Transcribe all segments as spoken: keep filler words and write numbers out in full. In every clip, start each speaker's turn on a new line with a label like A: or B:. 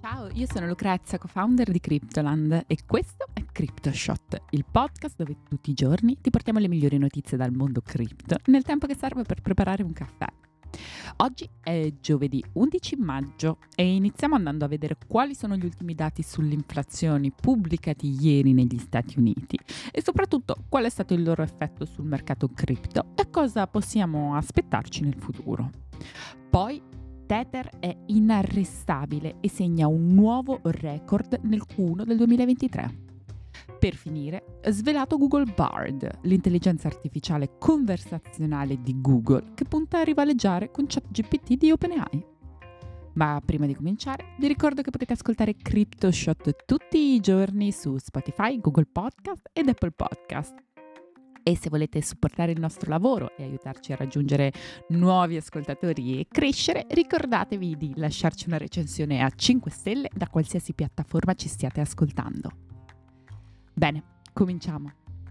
A: Ciao, io sono Lucrezia, co-founder di Cryptoland e questo è CryptoShot, il podcast dove tutti i giorni ti portiamo le migliori notizie dal mondo cripto nel tempo che serve per preparare un caffè. Oggi è giovedì undici maggio e iniziamo andando a vedere quali sono gli ultimi dati sull'inflazione pubblicati ieri negli Stati Uniti e soprattutto qual è stato il loro effetto sul mercato cripto e cosa possiamo aspettarci nel futuro. Poi Tether è inarrestabile e segna un nuovo record nel Q uno del duemilaventitré. Per finire, svelato Google Bard, l'intelligenza artificiale conversazionale di Google che punta a rivaleggiare con ChatGPT di OpenAI. Ma prima di cominciare, vi ricordo che potete ascoltare CryptoShot tutti i giorni su Spotify, Google Podcast ed Apple Podcast. E se volete supportare il nostro lavoro e aiutarci a raggiungere nuovi ascoltatori e crescere, ricordatevi di lasciarci una recensione a cinque stelle da qualsiasi piattaforma ci stiate ascoltando. Bene, cominciamo.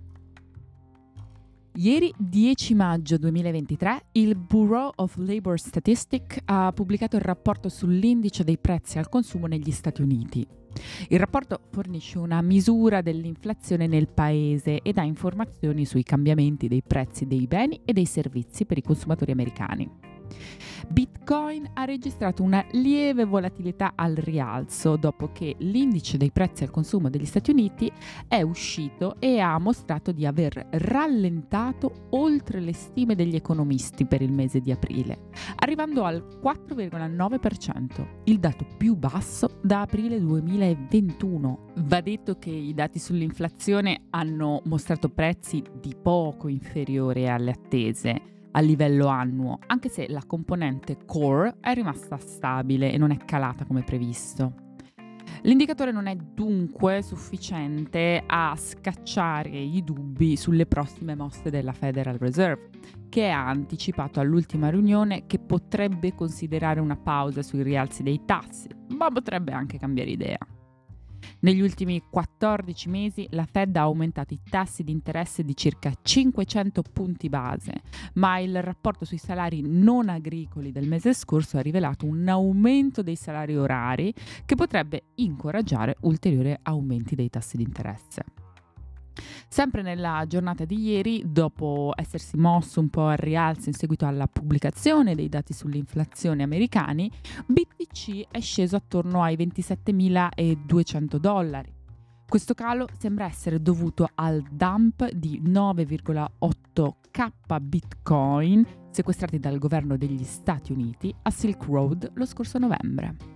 A: Ieri dieci maggio duemilaventitré il Bureau of Labor Statistics ha pubblicato il rapporto sull'indice dei prezzi al consumo negli Stati Uniti. Il rapporto fornisce una misura dell'inflazione nel paese e dà informazioni sui cambiamenti dei prezzi dei beni e dei servizi per i consumatori americani. Bitcoin ha registrato una lieve volatilità al rialzo dopo che l'indice dei prezzi al consumo degli Stati Uniti è uscito e ha mostrato di aver rallentato oltre le stime degli economisti per il mese di aprile, arrivando al quattro virgola nove per cento, il dato più basso da aprile duemilaventuno. Va detto che i dati sull'inflazione hanno mostrato prezzi di poco inferiori alle attese a livello annuo, anche se la componente core è rimasta stabile e non è calata come previsto. L'indicatore non è dunque sufficiente a scacciare i dubbi sulle prossime mosse della Federal Reserve, che ha anticipato all'ultima riunione che potrebbe considerare una pausa sui rialzi dei tassi, ma potrebbe anche cambiare idea. Negli ultimi quattordici mesi la Fed ha aumentato i tassi di interesse di circa cinquecento punti base, ma il rapporto sui salari non agricoli del mese scorso ha rivelato un aumento dei salari orari che potrebbe incoraggiare ulteriori aumenti dei tassi di interesse. Sempre nella giornata di ieri, dopo essersi mosso un po' al rialzo in seguito alla pubblicazione dei dati sull'inflazione americani, B T C è sceso attorno ai ventisettemiladuecento dollari. Questo calo sembra essere dovuto al dump di nove virgola otto K Bitcoin sequestrati dal governo degli Stati Uniti a Silk Road lo scorso novembre.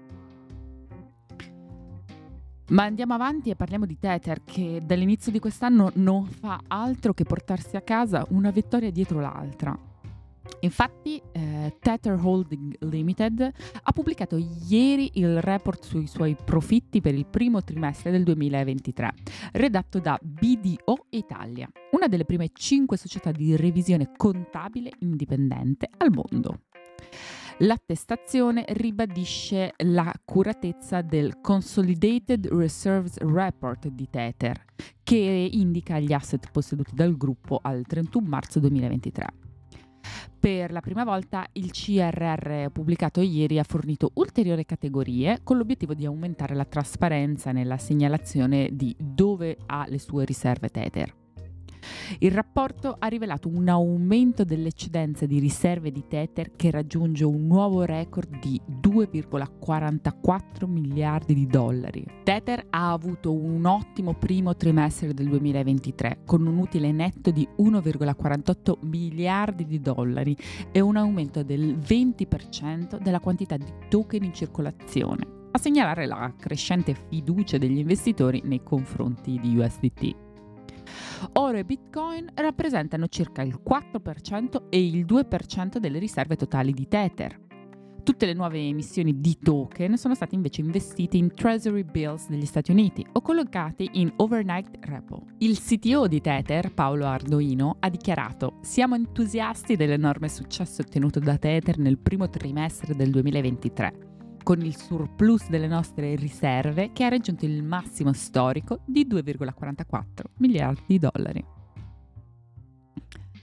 A: Ma andiamo avanti e parliamo di Tether, che dall'inizio di quest'anno non fa altro che portarsi a casa una vittoria dietro l'altra. Infatti, eh, Tether Holding Limited ha pubblicato ieri il report sui suoi profitti per il primo trimestre del duemilaventitré, redatto da B D O Italia, una delle prime cinque società di revisione contabile indipendente al mondo. L'attestazione ribadisce l'accuratezza del Consolidated Reserves Report di Tether, che indica gli asset posseduti dal gruppo al trentuno marzo duemilaventitré. Per la prima volta il C R R pubblicato ieri ha fornito ulteriori categorie con l'obiettivo di aumentare la trasparenza nella segnalazione di dove ha le sue riserve Tether. Il rapporto ha rivelato un aumento dell'eccedenza di riserve di Tether che raggiunge un nuovo record di due virgola quarantaquattro miliardi di dollari. Tether ha avuto un ottimo primo trimestre del duemilaventitré con un utile netto di uno virgola quarantotto miliardi di dollari e un aumento del venti per cento della quantità di token in circolazione, a segnalare la crescente fiducia degli investitori nei confronti di U S D T. Oro e Bitcoin rappresentano circa il quattro per cento e il due per cento delle riserve totali di Tether. Tutte le nuove emissioni di token sono state invece investite in Treasury Bills degli Stati Uniti o collocati in Overnight Repo. Il C T O di Tether, Paolo Ardoino, ha dichiarato: "Siamo entusiasti dell'enorme successo ottenuto da Tether nel primo trimestre del duemilaventitré. Con il surplus delle nostre riserve che ha raggiunto il massimo storico di due virgola quarantaquattro miliardi di dollari.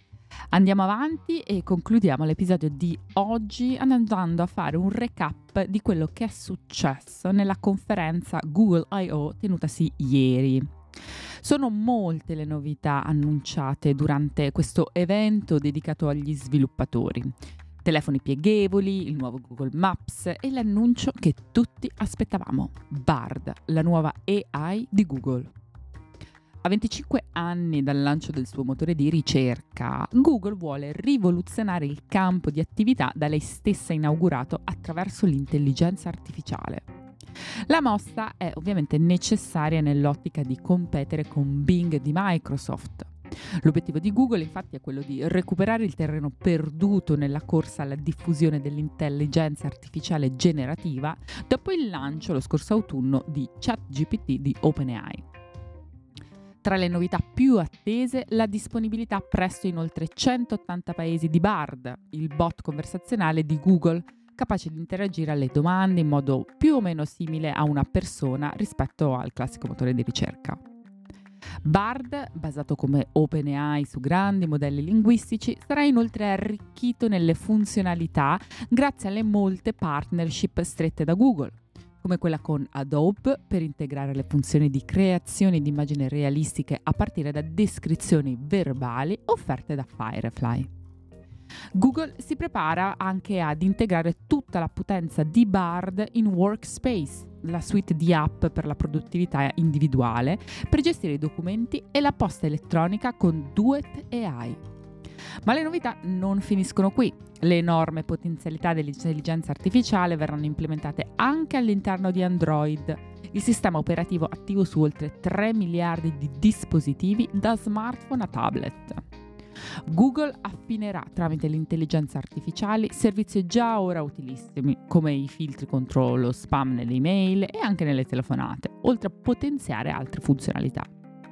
A: Andiamo avanti e concludiamo l'episodio di oggi andando a fare un recap di quello che è successo nella conferenza Google I O tenutasi ieri. Sono molte le novità annunciate durante questo evento dedicato agli sviluppatori. Telefoni pieghevoli, il nuovo Google Maps e l'annuncio che tutti aspettavamo, Bard, la nuova A I di Google. A venticinque anni dal lancio del suo motore di ricerca, Google vuole rivoluzionare il campo di attività da lei stessa inaugurato attraverso l'intelligenza artificiale. La mossa è ovviamente necessaria nell'ottica di competere con Bing di Microsoft. L'obiettivo di Google infatti è quello di recuperare il terreno perduto nella corsa alla diffusione dell'intelligenza artificiale generativa dopo il lancio lo scorso autunno di ChatGPT di OpenAI. Tra le novità più attese, la disponibilità presto in oltre centottanta paesi di Bard, il bot conversazionale di Google, capace di interagire alle domande in modo più o meno simile a una persona rispetto al classico motore di ricerca. Bard, basato come OpenAI su grandi modelli linguistici, sarà inoltre arricchito nelle funzionalità grazie alle molte partnership strette da Google, come quella con Adobe per integrare le funzioni di creazione di immagini realistiche a partire da descrizioni verbali offerte da Firefly. Google si prepara anche ad integrare tutta la potenza di Bard in Workspace, la suite di app per la produttività individuale, per gestire i documenti e la posta elettronica con Duet A I. Ma le novità non finiscono qui. Le enormi potenzialità dell'intelligenza artificiale verranno implementate anche all'interno di Android, il sistema operativo attivo su oltre tre miliardi di dispositivi da smartphone a tablet. Google affinerà tramite l'intelligenza artificiale servizi già ora utilissimi, come i filtri contro lo spam nelle email e anche nelle telefonate, oltre a potenziare altre funzionalità.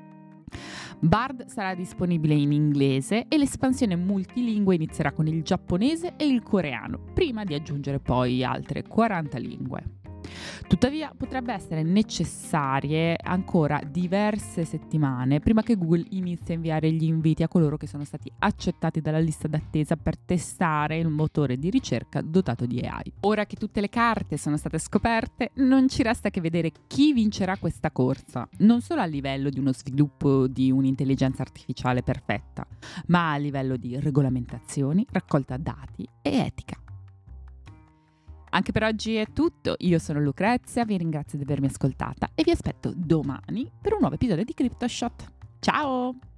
A: Bard sarà disponibile in inglese e l'espansione multilingue inizierà con il giapponese e il coreano, prima di aggiungere poi altre quaranta lingue. Tuttavia potrebbe essere necessarie ancora diverse settimane prima che Google inizi a inviare gli inviti a coloro che sono stati accettati dalla lista d'attesa per testare il motore di ricerca dotato di A I. Ora che tutte le carte sono state scoperte, non ci resta che vedere chi vincerà questa corsa, non solo a livello di uno sviluppo di un'intelligenza artificiale perfetta, ma a livello di regolamentazioni, raccolta dati e etica. Anche per oggi è tutto, io sono Lucrezia, vi ringrazio di avermi ascoltata e vi aspetto domani per un nuovo episodio di CryptoShot. Ciao!